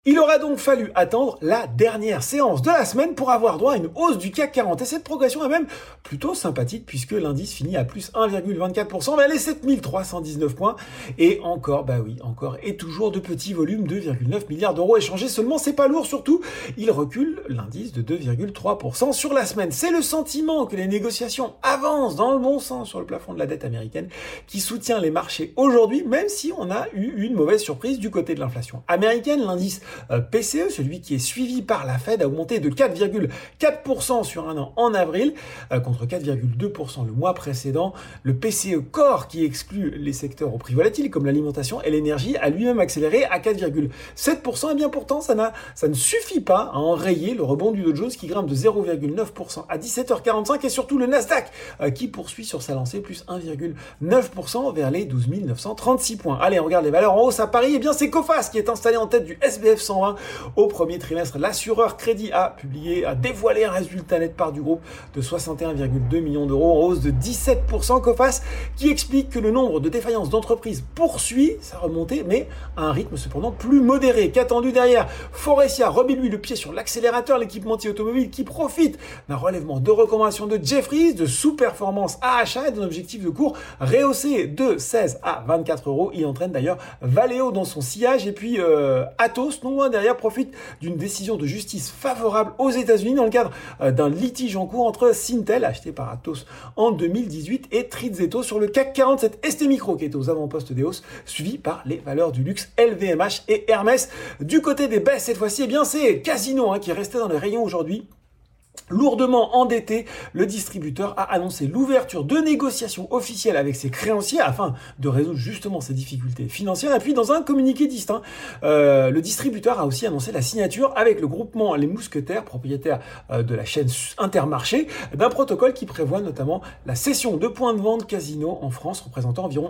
Il aura donc fallu attendre la dernière séance de la semaine pour avoir droit à une hausse du CAC 40. Et cette progression est même plutôt sympathique puisque l'indice finit à plus 1,24% vers les 7319 points. Et encore, et toujours de petits volumes, 2,9 milliards d'euros échangés seulement. C'est pas lourd, surtout, il recule l'indice de 2,3% sur la semaine. C'est le sentiment que les négociations avancent dans le bon sens sur le plafond de la dette américaine qui soutient les marchés aujourd'hui, même si on a eu une mauvaise surprise du côté de l'inflation américaine. L'indice PCE, celui qui est suivi par la Fed, a augmenté de 4,4% sur un an en avril, contre 4,2% le mois précédent. Le PCE Core, qui exclut les secteurs au prix volatile, comme l'alimentation et l'énergie, a lui-même accéléré à 4,7%. Et bien pourtant, ça ne suffit pas à enrayer le rebond du Dow Jones qui grimpe de 0,9% à 17h45, et surtout le Nasdaq qui poursuit sur sa lancée, plus 1,9% vers les 12 936 points. Allez, on regarde les valeurs en hausse à Paris. Eh bien, c'est Coface qui est installé en tête du SBF 120 au premier trimestre. L'assureur Crédit a dévoilé un résultat net part du groupe de 61,2 millions d'euros, en hausse de 17%. Coface qui explique que le nombre de défaillances d'entreprises poursuit sa remontée, mais à un rythme cependant plus modéré qu'attendu derrière. Forestia remet lui le pied sur l'accélérateur, l'équipementier automobile qui profite d'un relèvement de recommandations de Jefferies, de sous-performance à achat et d'un objectif de cours rehaussé de 16 à 24 euros. Il entraîne d'ailleurs Valeo dans son sillage. Et puis Atos, non loin derrière, profite d'une décision de justice favorable aux États-Unis dans le cadre d'un litige en cours entre Syntel, acheté par Atos en 2018, et Trizetto sur le CAC 40. Cette ST Micro qui est aux avant-postes des hausses, suivi par les valeurs du luxe LVMH et Hermès. Du côté des baisses cette fois-ci, eh bien c'est Casino qui est resté dans les rayons aujourd'hui. Lourdement endetté, le distributeur a annoncé l'ouverture de négociations officielles avec ses créanciers afin de résoudre justement ces difficultés financières. Et puis dans un communiqué distinct, le distributeur a aussi annoncé la signature avec le groupement Les Mousquetaires, propriétaire de la chaîne Intermarché, d'un protocole qui prévoit notamment la cession de points de vente Casino en France, représentant environ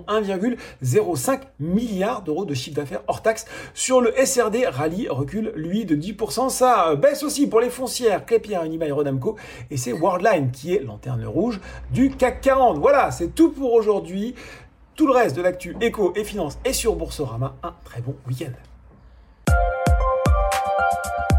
1,05 milliard d'euros de chiffre d'affaires hors taxe. Sur le SRD, Rallye recule lui de 10%. Ça baisse aussi pour les foncières Klépierre, Unibail, Rodamco, et c'est Worldline qui est lanterne rouge du CAC 40. Voilà, c'est tout pour aujourd'hui. Tout le reste de l'actu éco et finance est sur Boursorama. Un très bon week-end.